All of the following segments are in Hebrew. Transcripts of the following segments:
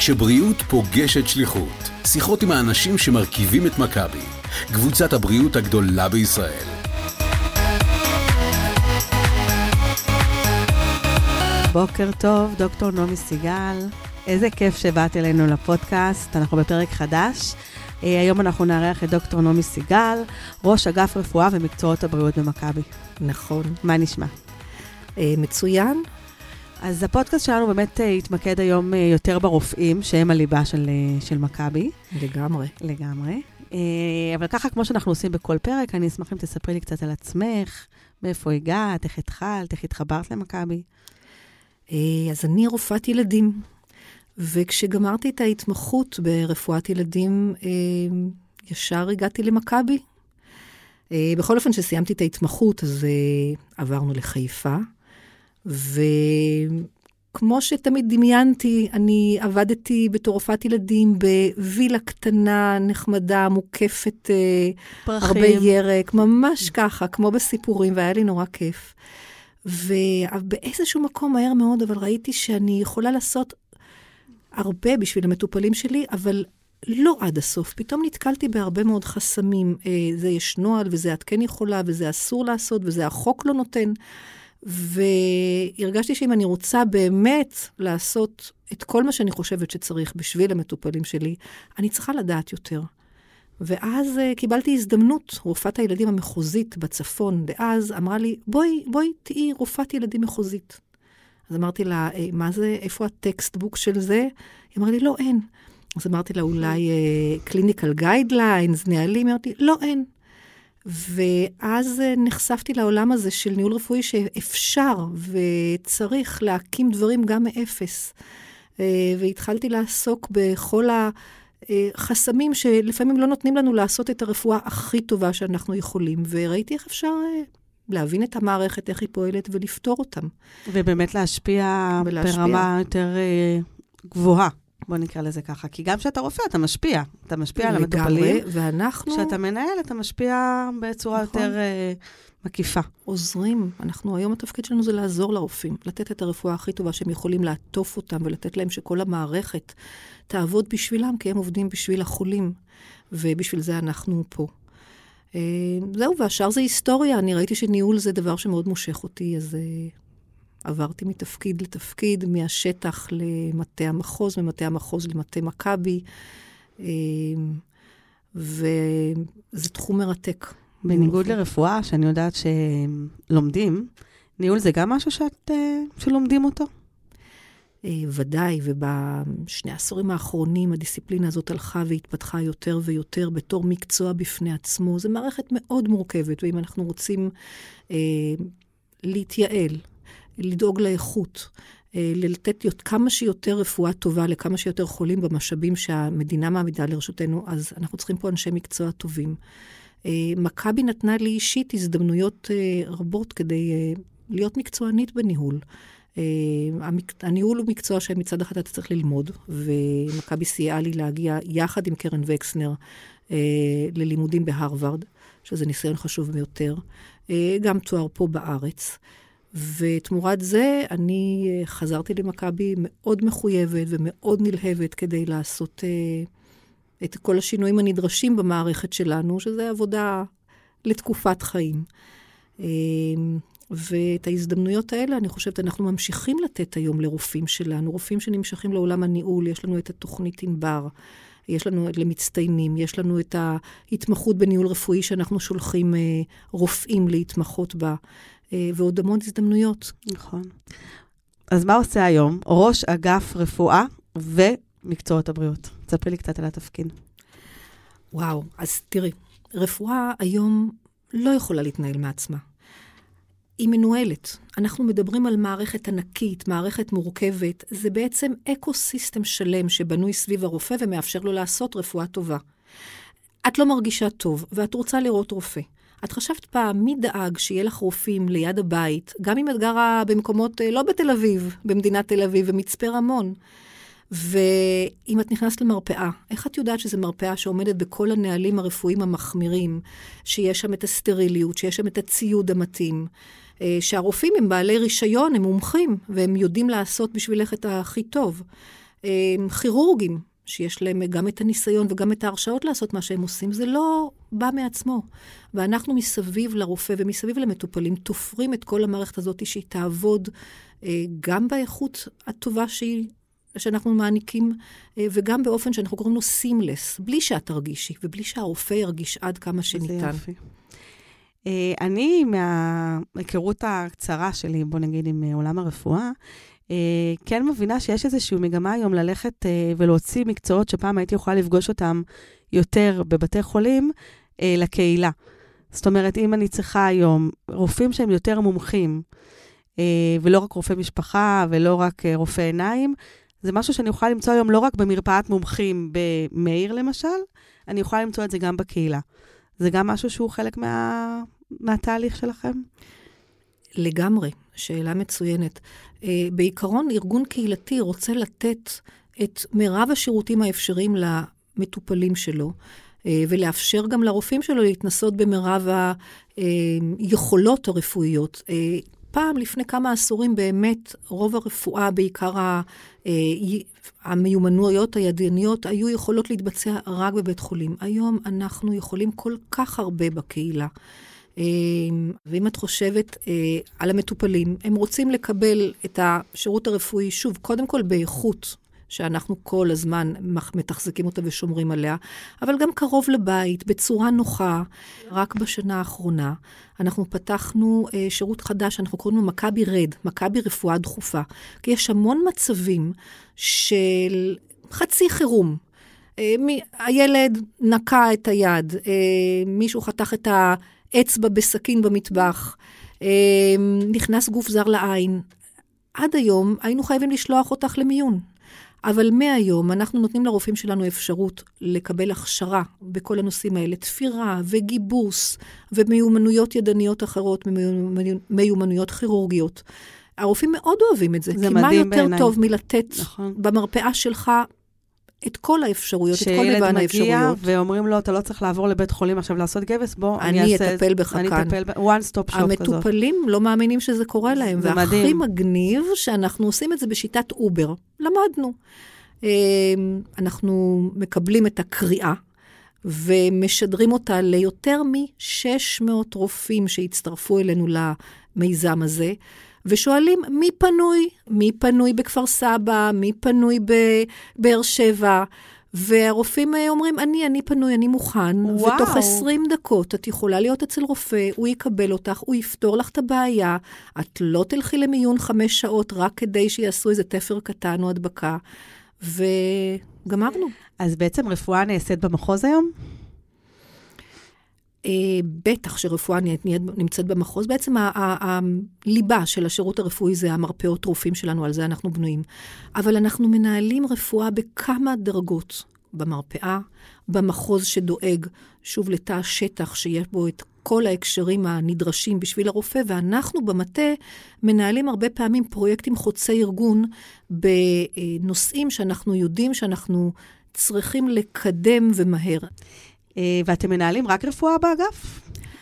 כשבריאות פוגשת שליחות. שיחות עם האנשים שמרכיבים את מכבי. קבוצת הבריאות הגדולה בישראל. בוקר טוב, דוקטור נעמי סיגל. איזה כיף שבאת אלינו לפודקאסט. אנחנו בפרק חדש. היום אנחנו נארח את דוקטור נעמי סיגל, ראש אגף רפואה ומקצועות הבריאות במכבי. נכון. מה נשמע? מצוין. אז הפודקאסט שלנו באמת יתמקד היום יותר ברופאים, שהם הליבה של מכבי. לגמרי. לגמרי. אבל ככה, כמו שאנחנו עושים בכל פרק, אני אשמח אם תספרי לי קצת על עצמך, מאיפה הגעת, איך התחלת, איך התחברת למכבי. אז אני רופאת ילדים, וכשגמרתי את ההתמחות ברפואת ילדים, ישר הגעתי למכבי. בכל אופן שסיימתי את ההתמחות, אז עברנו לחיפה, וכמו שתמיד דמיינתי, אני עבדתי בתור רופאת ילדים בווילה קטנה, נחמדה, מוקפת, פרחים. הרבה ירק, ממש ככה, כמו בסיפורים, והיה לי נורא כיף. ובאיזשהו מקום מהר מאוד, אבל ראיתי שאני יכולה לעשות הרבה בשביל המטופלים שלי, אבל לא עד הסוף. פתאום נתקלתי בהרבה מאוד חסמים. זה יש נוהל, וזה את כן יכולה, וזה אסור לעשות, וזה החוק לא נותן. והרגשתי שאם אני רוצה באמת לעשות את כל מה שאני חושבת שצריך בשביל המטופלים שלי, אני צריכה לדעת יותר. ואז קיבלתי הזדמנות, רופאת הילדים המחוזית בצפון, דאז אמרה לי, בואי תהיי רופאת ילדים מחוזית. אז אמרתי לה, מה זה, איפה הטקסטבוק של זה? היא אמרה לי, לא, אין. אז אמרתי לה, אולי clinical guidelines, נהלים, אמרתי, לא, אין. ואז נחשפתי לעולם הזה של ניהול רפואי שאפשר וצריך להקים דברים גם מאפס. והתחלתי לעסוק בכל החסמים שלפעמים לא נותנים לנו לעשות את הרפואה הכי טובה שאנחנו יכולים. וראיתי איך אפשר להבין את המערכת, איך היא פועלת ולפתור אותם. ובאמת להשפיע ברמה יותר גבוהה. בוא נקרא לזה ככה, כי גם כשאתה רופא, אתה משפיע. אתה משפיע על המטופלים. ואנחנו... כשאתה מנהל, אתה משפיע בצורה יותר מקיפה. עוזרים. היום התפקיד שלנו זה לעזור לרופאים, לתת את הרפואה הכי טובה שהם יכולים לעטוף אותם, ולתת להם שכל המערכת תעבוד בשבילם, כי הם עובדים בשביל החולים, ובשביל זה אנחנו פה. זהו, והשאר זה היסטוריה. אני ראיתי שניהול זה דבר שמאוד מושך אותי, אז... עברתי מתפקיד לתפקיד, מהשטח למטה המחוז, ממטה המחוז למטה מכבי, וזה תחום מרתק. בניגוד לרפואה, שאני יודעת שלומדים, ניהול זה גם משהו שלומדים אותו? ודאי, ובשני העשורים האחרונים הדיסציפלינה הזאת הלכה והתפתחה יותר ויותר בתור מקצוע בפני עצמו. זו מערכת מאוד מורכבת, ואם אנחנו רוצים להתייעל, לדאוג לאיכות, לתת כמה שיותר רפואה טובה לכמה שיותר חולים במשאבים שהמדינה מעמידה לרשותנו, אז אנחנו צריכים פה אנשי מקצוע טובים. מכבי נתנה לי אישית הזדמנויות רבות כדי להיות מקצוענית בניהול. הניהול הוא מקצוע שמצד אחד אתה צריך ללמוד, ומכבי סייעה לי להגיע יחד עם קרן וקסנר ללימודים בהרווארד, שזה ניסיון חשוב ביותר, גם תואר פה בארץ. ותמורת זה אני חזרתי למכבי מאוד מחויבת ומאוד נלהבת כדי לעשות את כל השינויים הנדרשים במערכת שלנו, שזה עבודה לתקופת חיים. ואת ההזדמנויות האלה אני חושבת אנחנו ממשיכים לתת היום לרופאים שלנו, רופאים שנמשכים לעולם הניהול, יש לנו את התוכנית ענבר, יש לנו למצטיינים, יש לנו את ההתמחות בניהול רפואי שאנחנו שולחים רופאים להתמחות בה, ועוד המון הזדמנויות. נכון. אז מה עושה היום? ראש אגף רפואה ומקצועות הבריאות. תספרי לי קצת על התפקיד. וואו, אז תראי, רפואה היום לא יכולה להתנהל מעצמה. היא מנוהלת. אנחנו מדברים על מערכת ענקית, מערכת מורכבת. זה בעצם אקוסיסטם שלם שבנוי סביב הרופא ומאפשר לו לעשות רפואה טובה. את לא מרגישה טוב ואת רוצה לראות רופא. את חשבת פעם מי דאג שיהיה לך רופאים ליד הבית, גם אם את גרה במקומות לא בתל אביב, במדינת תל אביב ומצפה רמון. ואם את נכנסת למרפאה, איך את יודעת שזו מרפאה שעומדת בכל הנהלים הרפואיים המחמירים, שיש שם את הסטריליות, שיש שם את הציוד המתאים, שהרופאים הם בעלי רישיון, הם מומחים, והם יודעים לעשות בשבילך את הכי טוב. כירורגים, שיש להם גם את הניסיון וגם את ההרשאות לעשות מה שהם עושים, זה לא בא מעצמו. ואנחנו מסביב לרופא ומסביב למטופלים, תופרים את כל המערכת הזאת שהיא תעבוד גם באיכות הטובה שאנחנו מעניקים, וגם באופן שאנחנו קוראים לו seamless, בלי שאת תרגישי, ובלי שהרופא ירגיש עד כמה שניתן. זה יופי. אני, מההיכרות הקצרה שלי, בוא נגיד, עם עולם הרפואה, כן מבינה שיש איזושהי מגמה היום ללכת ולהוציא מקצועות שפעם הייתי יכולה לפגוש אותם יותר בבתי חולים לקהילה. זאת אומרת, אם אני צריכה היום רופאים שהם יותר מומחים, ולא רק רופא משפחה ולא רק רופא עיניים, זה משהו שאני יכולה למצוא היום לא רק במרפאת מומחים במאיר למשל, אני יכולה למצוא את זה גם בקהילה. זה גם משהו שהוא חלק מהתהליך שלכם? לגמרי, שאלה מצוינת. בעיקרון, ארגון קהילתי רוצה לתת את מרב השירותים האפשריים למטופלים שלו, ולאפשר גם לרופאים שלו להתנסות במרב היכולות הרפואיות. פעם, לפני כמה עשורים, באמת, רוב הרפואה, בעיקר המיומנויות הידניות, היו יכולות להתבצע רק בבית חולים. היום אנחנו יכולים כל כך הרבה בקהילה. ואם את חושבת על המטופלים, הם רוצים לקבל את השירות הרפואי, שוב, קודם כל באיכות, שאנחנו כל הזמן מתחזקים אותה ושומרים עליה, אבל גם קרוב לבית, בצורה נוחה. רק בשנה האחרונה, אנחנו פתחנו שירות חדש, אנחנו קוראים לו מכבי רד, מכבי רפואה דחופה, כי יש המון מצבים של חצי חירום. הילד נקע את היד, מישהו חתך את האצבע בסכין במטבח, נכנס גוף זר לעין. עד היום היינו חייבים לשלוח אותך למיון. אבל מהיום אנחנו נותנים לרופאים שלנו אפשרות לקבל הכשרה בכל הנושאים האלה, תפירה וגיבוס ומיומנויות ידניות אחרות, מיומנויות כירורגיות. הרופאים מאוד אוהבים את זה, כי מה יותר בעיני. טוב מלתת נכון. במרפאה שלך את כל האפשרויות, את כל מגוון האפשרויות. שילד מגיע ואומרים לו, אתה לא צריך לעבור לבית חולים עכשיו לעשות גבס, בוא, אני אטפל בך כאן. one stop shop כזאת. המטופלים לא מאמינים שזה קורה להם, והכי מגניב שאנחנו עושים את זה בשיטת אובר. למדנו. אנחנו מקבלים את הקריאה, ומשדרים אותה ליותר מ-600 רופאים שהצטרפו אלינו למיזם הזה, ושואלים מי פנוי? מי פנוי בכפר סבא? מי פנוי בבאר שבע? והרופאים אומרים, אני פנוי, אני מוכן. וואו. ותוך 20 דקות את יכולה להיות אצל רופא, הוא יקבל אותך, הוא יפתור לך את הבעיה, את לא תלכי למיון 5 שעות רק כדי שיעשו איזה תפר קטן או הדבקה, וגמרנו. אז בעצם רפואה נעשית במחוז היום? בטח שרפואה נמצאת במחוז, בעצם הליבה של השירות הרפואי זה המרפאות רופאים שלנו, על זה אנחנו בנויים. אבל אנחנו מנהלים רפואה בכמה דרגות, במרפאה, במחוז שדואג, שוב לתא השטח שיש בו את כל ההקשרים הנדרשים בשביל הרופא, ואנחנו במטה מנהלים הרבה פעמים פרויקטים חוצי ארגון, בנושאים שאנחנו יודעים שאנחנו צריכים לקדם ומהר. ואתם מנהלים רק רפואה באגף?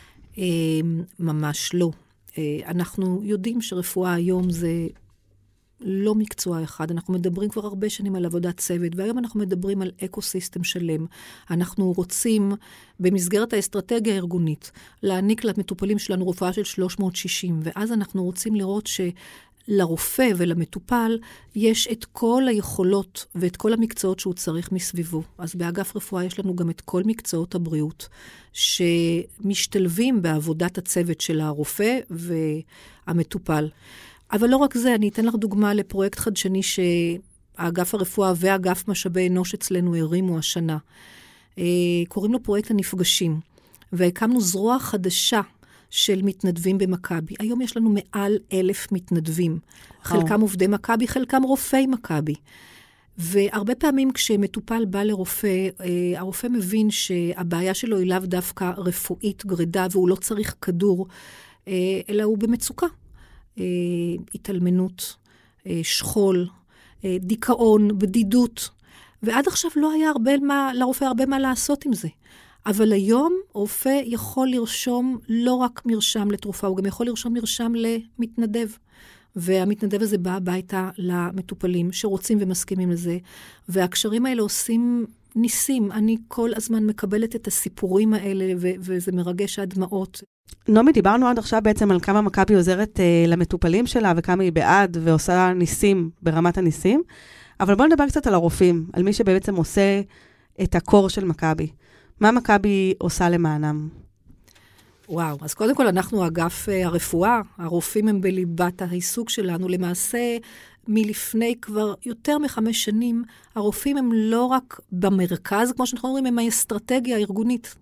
ממש לא. אנחנו יודעים שרפואה היום זה לא מקצוע אחד. אנחנו מדברים כבר הרבה שנים על עבודת צוות, והיום אנחנו מדברים על אקוסיסטם שלם. אנחנו רוצים, במסגרת האסטרטגיה הארגונית, להעניק למטופלים שלנו רפואה של 360, ואז אנחנו רוצים לראות לרופא ולמטופל יש את כל היכולות ואת כל המקצועות שהוא צריך מסביבו. אז באגף רפואה יש לנו גם את כל מקצועות הבריאות שמשתלבים בעבודת הצוות של הרופא והמטופל. אבל לא רק זה, אני אתן לך דוגמה לפרויקט חדשני שהאגף הרפואה ואגף משאבי אנוש אצלנו הרימו השנה. קוראים לו פרויקט הנפגשים, והקמנו זרוע חדשה של מתנדבים במכבי. היום יש לנו מעל 1,000 מתנדבים. חלקם עובדי מכבי, חלקם רופאי מכבי. והרבה פעמים כשמטופל בא לרופא, הרופא מבין שהבעיה שלו היא לאו דווקא רפואית גרידה, והוא לא צריך כדור, אלא הוא במצוקה. התאלמנות, שכול, דיכאון, בדידות. ועד עכשיו לא היה לרופא הרבה מה לעשות עם זה. אבל היום רופא יכול לרשום לא רק מרשם לתרופה, הוא גם יכול לרשום מרשם למתנדב. והמתנדב הזה בא הביתה למטופלים שרוצים ומסכימים לזה, והקשרים האלה עושים ניסים. אני כל הזמן מקבלת את הסיפורים האלה, וזה מרגש עד דמעות. נעמי, דיברנו עד עכשיו בעצם על כמה מכבי עוזרת למטופלים שלה, וכמה היא בעד ועושה ניסים ברמת הניסים, אבל בואו נדבר קצת על הרופאים, על מי שבעצם עושה את הקור של מכבי. מה מכבי עושה למענם? וואו, אז קודם כל אנחנו אגף הרפואה, הרופאים הם בליבת העיסוק שלנו, למעשה מלפני כבר יותר מ5 שנים, הרופאים הם לא רק במרכז, כמו שאנחנו אומרים, הם האסטרטגיה הארגונית.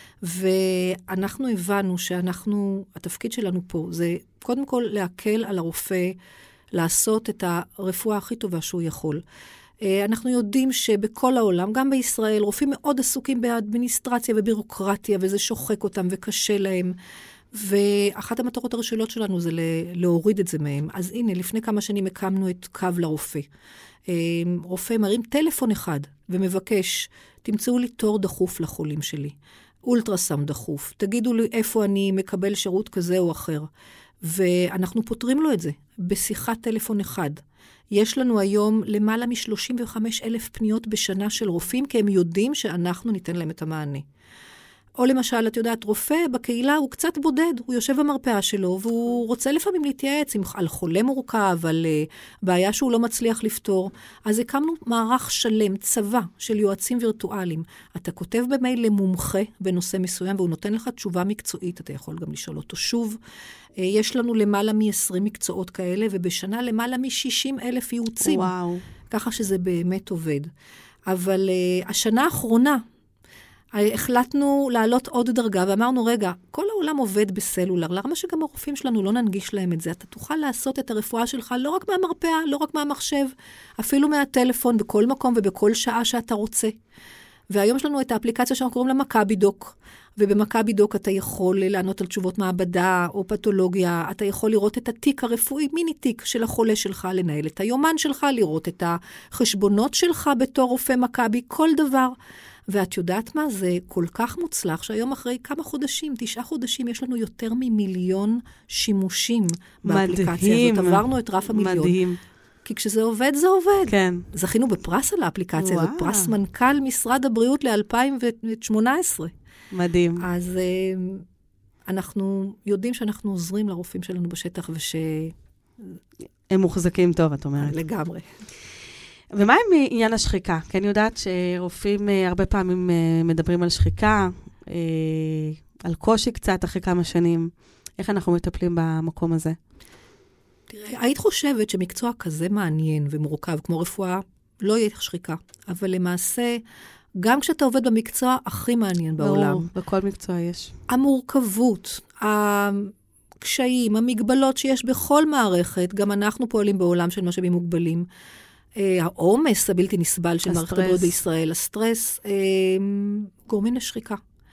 ואנחנו הבנו התפקיד שלנו פה, זה קודם כל להקל על הרופא, לעשות את הרפואה הכי טובה שהוא יכול. אנחנו יודעים שבכל העולם, גם בישראל, רופאים מאוד עסוקים באדמיניסטרציה ובירוקרטיה, וזה שוחק אותם וקשה להם. ואחת המטרות הראשונות שלנו זה להוריד את זה מהם. אז הנה, לפני כמה שנים הקמנו את קו לרופא. רופא מרים טלפון אחד ומבקש, תמצאו לי תור דחוף לחולים שלי. אולטרסאונד דחוף. תגידו לי איפה אני מקבל שירות כזה או אחר. ואנחנו פותרים לו את זה בשיחת טלפון אחד. יש לנו היום למעלה מ-35,000 פניות בשנה של רופאים, כי הם יודעים שאנחנו ניתן להם את המענה. או למשל, את יודעת, רופא בקהילה הוא קצת בודד, הוא יושב במרפאה שלו, והוא רוצה לפעמים להתייעץ על חולה מורכב, על בעיה שהוא לא מצליח לפתור. אז הקמנו מערך שלם, צבא של יועצים וירטואליים. אתה כותב במייל למומחה בנושא מסוים, והוא נותן לך תשובה מקצועית, אתה יכול גם לשאול אותו שוב. יש לנו למעלה מ-20 מקצועות כאלה, ובשנה למעלה מ-60,000 ייעוצים. וואו. ככה שזה באמת עובד. אבל השנה האחרונה, החלטנו לעלות עוד דרגה, ואמרנו, רגע, כל העולם עובד בסלולר, למה שגם הרופאים שלנו לא ננגיש להם את זה? אתה תוכל לעשות את הרפואה שלך לא רק מהמרפאה, לא רק מהמחשב, אפילו מהטלפון, בכל מקום ובכל שעה שאתה רוצה. והיום יש לנו את האפליקציה שאנחנו קוראים לה מכבי דוק, ובמכבי דוק אתה יכול לענות על תשובות מעבדה או פתולוגיה, אתה יכול לראות את התיק הרפואי, מיני תיק של החולה שלך, לנהל את היומן שלך, לראות את החשבונות שלך בתור רופא מכבי, כל דבר. ואת יודעת מה? זה כל כך מוצלח שהיום אחרי כמה חודשים, 9 חודשים, יש לנו יותר מ1,000,000 שימושים באפליקציה הזאת. עברנו את רף 1,000,000. מדהים. כי כשזה עובד, זה עובד. כן. זכינו בפרס על האפליקציה הזאת, פרס מנכ"ל משרד הבריאות ל-2018. מדהים. אז אנחנו יודעים שאנחנו עוזרים לרופאים שלנו בשטח, הם מוחזקים טוב, את אומרת. לגמרי. ומה עם עניין השחיקה? כי אני יודעת שרופאים הרבה פעמים מדברים על שחיקה, על קושי קצת אחרי כמה שנים. איך אנחנו מטפלים במקום הזה? תראה, היית חושבת שמקצוע כזה מעניין ומורכב, כמו רפואה, לא יהיה שחיקה. אבל למעשה, גם כשאתה עובד במקצוע הכי מעניין בעולם. ברור, בכל מקצוע יש. המורכבות, הקשיים, המגבלות שיש בכל מערכת, גם אנחנו פועלים בעולם של משאבים מוגבלים. העומס הבלתי נסבל של מערכת הבריאות בישראל, הסטרס, גורמים לשחיקה.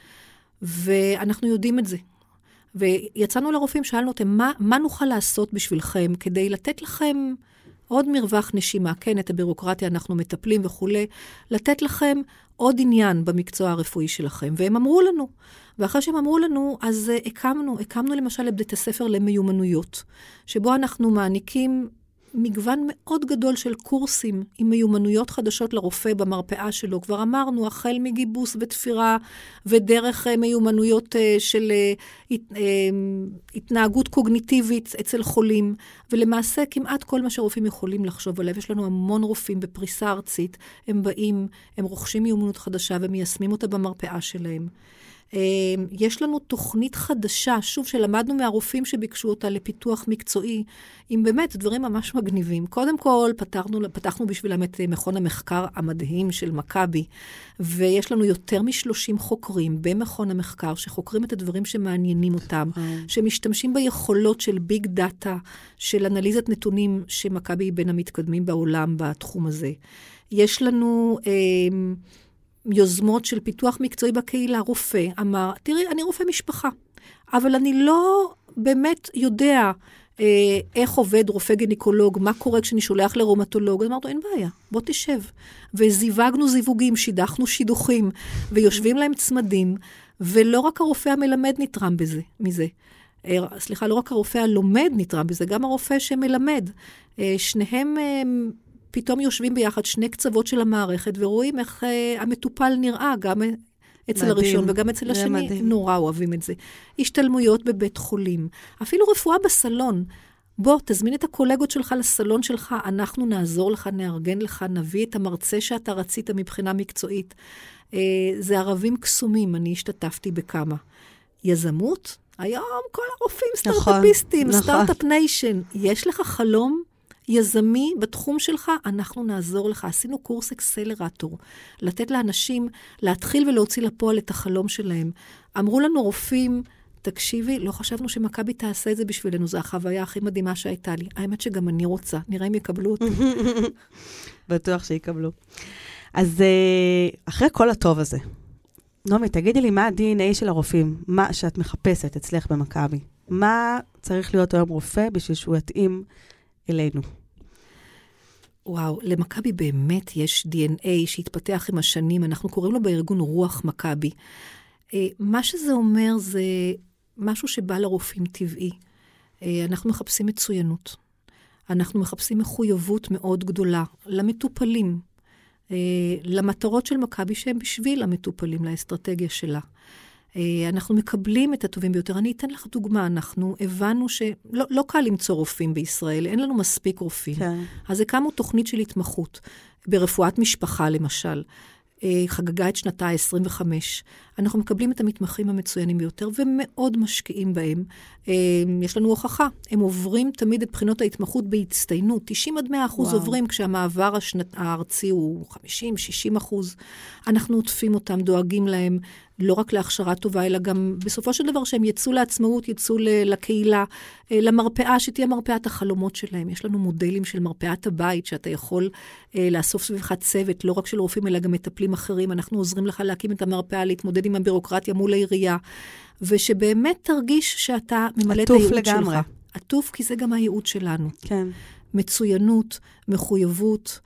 ואנחנו יודעים את זה. ויצאנו לרופאים, שאלנו אותם, מה נוכל לעשות בשבילכם, כדי לתת לכם עוד מרווח נשימה, כן, את הבירוקרטיה אנחנו מטפלים וכו', לתת לכם עוד עניין במקצוע הרפואי שלכם. והם אמרו לנו, ואחרי שהם אמרו לנו, אז הקמנו למשל את בית הספר למיומנויות, שבו אנחנו מעניקים מגוון מאוד גדול של קורסים עם מיומנויות חדשות לרופא במרפאה שלו. כבר אמרנו, החל מגיבוס ותפירה ודרך מיומנויות של התנהגות קוגניטיבית אצל חולים. ולמעשה כמעט כל מה שרופאים יכולים לחשוב עליו. יש לנו המון רופאים בפריסה ארצית. הם באים, הם רוכשים מיומנות חדשה ומיישמים אותה במרפאה שלהם. יש לנו תוכנית חדשה, שוב, שלמדנו מהרופאים שביקשו אותה לפיתוח מקצועי, עם באמת דברים ממש מגניבים. קודם כל, פתחנו בשבילם את מכון המחקר המדהים של מכבי, ויש לנו יותר מ30 חוקרים במכון המחקר, שחוקרים את הדברים שמעניינים אותם, שמשתמשים ביכולות של ביג דאטה, של אנליזת נתונים שמכבי היא בין המתקדמים בעולם בתחום הזה. יש לנו יוזמות של פיתוח מקצועי בקהילה. רופא אמר, תראי, אני רופא משפחה, אבל אני לא באמת יודע איך עובד רופא גינקולוג, מה קורה כשאני שולח לרומטולוג. אמרנו, אין בעיה, בוא תשב. וזיווגנו זיווגים, שידחנו שידוכים, ויושבים להם צמדים, ולא רק הרופא המלמד נתרם מזה. סליחה, לא רק הרופא הלומד נתרם בזה, גם הרופא שמלמד. שניהם פתאום יושבים ביחד, שני קצוות של המערכת, ורואים איך המטופל נראה, גם אצל הראשון וגם אצל השני. נורא אוהבים את זה. השתלמויות בבית חולים. אפילו רפואה בסלון. בוא, תזמין את הקולגות שלך לסלון שלך, אנחנו נעזור לך, נארגן לך, נביא את המרצה שאתה רצית מבחינה מקצועית. זה ערבים קסומים, אני השתתפתי בכמה. יזמות? היום כל הרופאים סטארט-אפיסטים, סטארט-אפ ניישן. יש לך חלום יזמי בתחום שלך, אנחנו נעזור לך. עשינו קורס אקסלרטור, לתת לאנשים להתחיל ולהוציא לפועל את החלום שלהם. אמרו לנו רופאים, תקשיבי, לא חשבנו שמכבי תעשה את זה בשבילנו, זו החוויה הכי מדהימה שהייתה לי. האמת שגם אני רוצה, נראה אם יקבלו אותי. בטוח שיקבלו. אז אחרי כל הטוב הזה, נעמי, תגידי לי מה ה-DNA של הרופאים, מה שאת מחפשת אצלך במכבי. מה צריך להיות היום רופא בשביל שהוא יתאים אלינו? וואו, למכבי באמת יש DNA שהתפתח עם השנים, אנחנו קוראים לו בארגון רוח מכבי. מה שזה אומר זה משהו שבא לרופאים טבעי. אנחנו מחפשים מצוינות. אנחנו מחפשים מחויבות מאוד גדולה למטופלים, למטרות של מכבי שהם בשביל המטופלים, לאסטרטגיה שלה. אנחנו מקבלים את הטובים ביותר. אני אתן לך דוגמה, אנחנו הבנו שלא קל למצוא רופאים בישראל, אין לנו מספיק רופאים. כן. אז הקמנו תוכנית של התמחות, ברפואת משפחה למשל. חגגה את שנתה 25. אנחנו מקבלים את המתמחים המצוינים ביותר, ומאוד משקיעים בהם. יש לנו הוכחה. הם עוברים תמיד את בחינות ההתמחות בהצטיינות. 90-100% עוברים, כשהמעבר הארצי הוא 50-60%. אנחנו עוטפים אותם, דואגים להם, לא רק להכשרה טובה, אלא גם בסופו של דבר שהם יצאו לעצמאות, יצאו לקהילה, למרפאה, שתהיה מרפאת החלומות שלהם. יש לנו מודלים של מרפאת הבית, שאתה יכול לאסוף סביבך צוות, לא רק של רופאים, אלא גם מטפלים אחרים. אנחנו עוזרים לך להקים את המרפאה, להתמודד עם הבירוקרטיה מול העירייה, ושבאמת תרגיש שאתה ממלא את הייעוד שלך. עטוף, כי זה גם הייעוד שלנו. כן. מצוינות, מחויבות.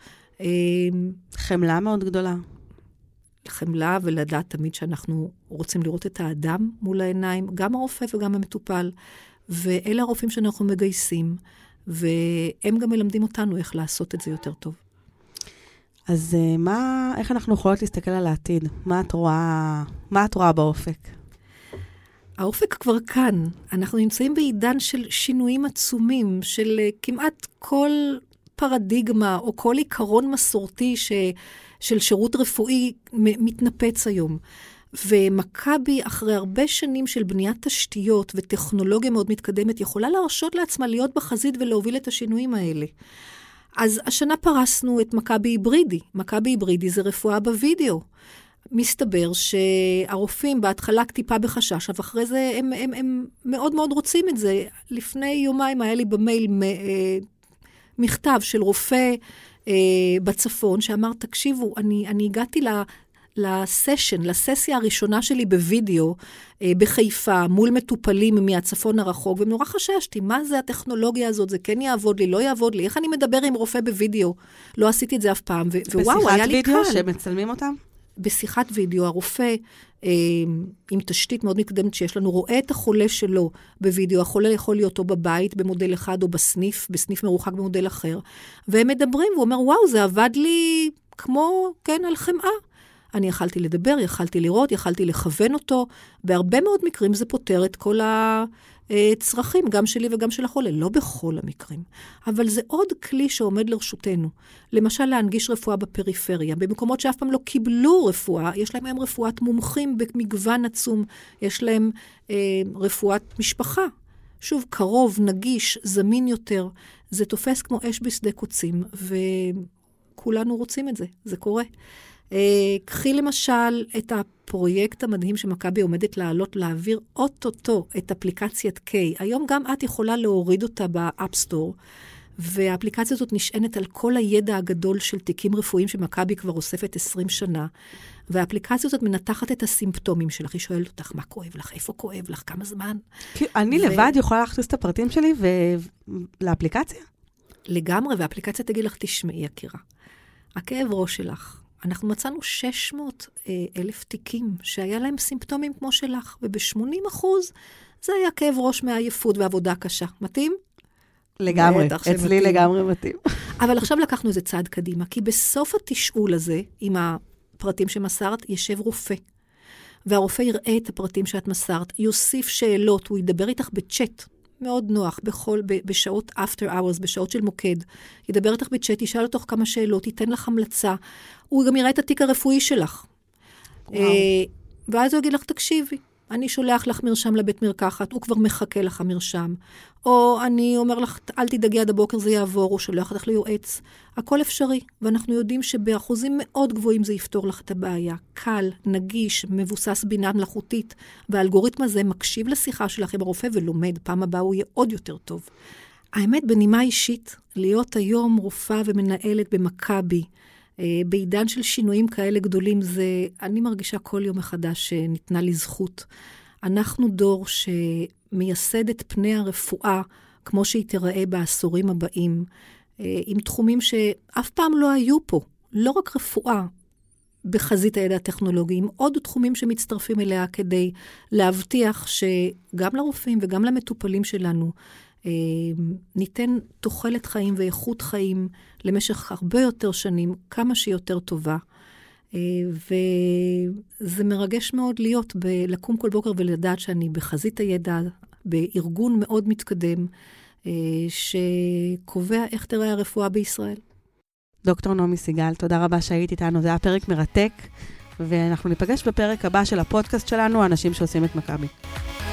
חמלה מאוד גדולה. חמלה ולדעת תמיד שאנחנו רוצים לראות את האדם מול העיניים, גם הרופא וגם המטופל. ואלה הרופאים שאנחנו מגייסים, והם גם מלמדים אותנו איך לעשות את זה יותר טוב. אז איך אנחנו יכולות להסתכל על העתיד? מה את רואה באופק? האופק כבר כאן. אנחנו נמצאים בעידן של שינויים עצומים, של כמעט כל פרדיגמה או כל עיקרון מסורתי של שירות רפואי מתנפץ היום. ומכבי, אחרי הרבה שנים של בניית תשתיות וטכנולוגיה מאוד מתקדמת, יכולה להרשות לעצמה להיות בחזית ולהוביל את השינויים האלה. אז השנה פרסנו את מכבי היברידי. מכבי היברידי זה רפואה בווידאו. מסתבר שהרופאים בהתחלה טיפה בחשש, אבל אחרי זה הם מאוד מאוד רוצים את זה. לפני יומיים היה לי במייל מכתב של רופא בצפון, שאמר, תקשיבו, אני הגעתי לססיה הראשונה שלי בווידאו, בחיפה, מול מטופלים מהצפון הרחוק, ונורא חששתי, מה זה הטכנולוגיה הזאת? זה כן יעבוד לי, לא יעבוד לי? איך אני מדבר עם רופא בווידאו? לא עשיתי את זה אף פעם, ווואו, היה לי קל. בשיחת וידאו שמצלמים אותם? בשיחת וידאו, הרופא, עם תשתית מאוד מתקדמת שיש לנו, רואה את החולה שלו בווידאו, החולה יכול להיות או בבית, במודל אחד, או בסניף מרוחק במודל אחר, והם מדברים, והוא אומר, וואו, זה עבד לי כמו, כן, על חמאה. אני יכלתי לדבר, יכלתי לראות, יכלתי לכוון אותו, בהרבה מאוד מקרים זה פותר את כל הצרכים, גם שלי וגם של החולה, לא בכל המקרים. אבל זה עוד כלי שעומד לרשותנו. למשל, להנגיש רפואה בפריפריה, במקומות שאף פעם לא קיבלו רפואה, יש להם היום רפואת מומחים במגוון עצום, יש להם רפואת משפחה. שוב, קרוב, נגיש, זמין יותר, זה תופס כמו אש בשדה קוצים, וכולנו רוצים את זה, זה קורה. קחי למשל את הפרויקט המדהים שמכבי עומדת להעביר אוטוטו את אפליקציית K. היום גם את יכולה להוריד אותה באפסטור, והאפליקציה הזאת נשענת על כל הידע הגדול של תיקים רפואיים שמכבי כבר אוספת 20 שנה, והאפליקציה הזאת מנתחת את הסימפטומים שלך. היא שואלת אותך, מה כואב לך? איפה כואב לך? כמה זמן? אני לבד יכולה להכניס את הפרטים שלי לאפליקציה? לגמרי, והאפליקציה תגיד לך, תשמעי, יקירה. הכאב ראש שלך, אנחנו מצאנו 600,000 תיקים שהיה להם סימפטומים כמו שלך, וב-80% זה היה כאב ראש מעייפות ועבודה קשה. מתאים? לגמרי, אצלי לגמרי מתאים. אבל עכשיו לקחנו איזה צעד קדימה, כי בסוף התשאול הזה, עם הפרטים שמסרת, ישב רופא. והרופא יראה את הפרטים שאת מסרת, יוסיף שאלות, הוא ידבר איתך בצ'אט, מאוד נוח, בשעות after hours, בשעות של מוקד. ידבר איתך בצ'אט, ישאל אותך כמה שאלות, ייתן לך המלצה. הוא גם יראה את התיק הרפואי שלך. ואז הוא יגיד לך, תקשיבי, אני שולח לך מרשם לבית מרקחת, הוא כבר מחכה לך מרשם. או אני אומר לך, אל תדאגי עד הבוקר, זה יעבור, הוא שולח לך ליועץ. הכל אפשרי, ואנחנו יודעים שבאחוזים מאוד גבוהים זה יפתור לך את הבעיה. קל, נגיש, מבוסס בינה מלאכותית, והאלגוריתם הזה מקשיב לשיחה שלך עם הרופא ולומד, פעם הבאה הוא יהיה עוד יותר טוב. האמת, בנימה אישית, להיות היום רופאה ומנהלת במכבי, בעידן של שינויים כאלה גדולים, אני מרגישה כל יום מחדש שניתנה לי זכות. אנחנו דור שמייסד את פני הרפואה, כמו שהיא תיראה בעשורים הבאים, עם תחומים שאף פעם לא היו פה, לא רק רפואה בחזית הידע הטכנולוגי, עם עוד תחומים שמצטרפים אליה כדי להבטיח שגם לרופאים וגם למטופלים שלנו, ניתן תוחלת חיים ואיכות חיים למשך הרבה יותר שנים, כמה שיותר טובה. וזה מרגש מאוד לקום כל בוקר ולדעת שאני בחזית הידע, בארגון מאוד מתקדם, שקובע איך תראה הרפואה בישראל. דוקטור נעמי סיגל, תודה רבה שהיית איתנו, זה היה פרק מרתק, ואנחנו ניפגש בפרק הבא של הפודקאסט שלנו, האנשים שעושים את מכבי.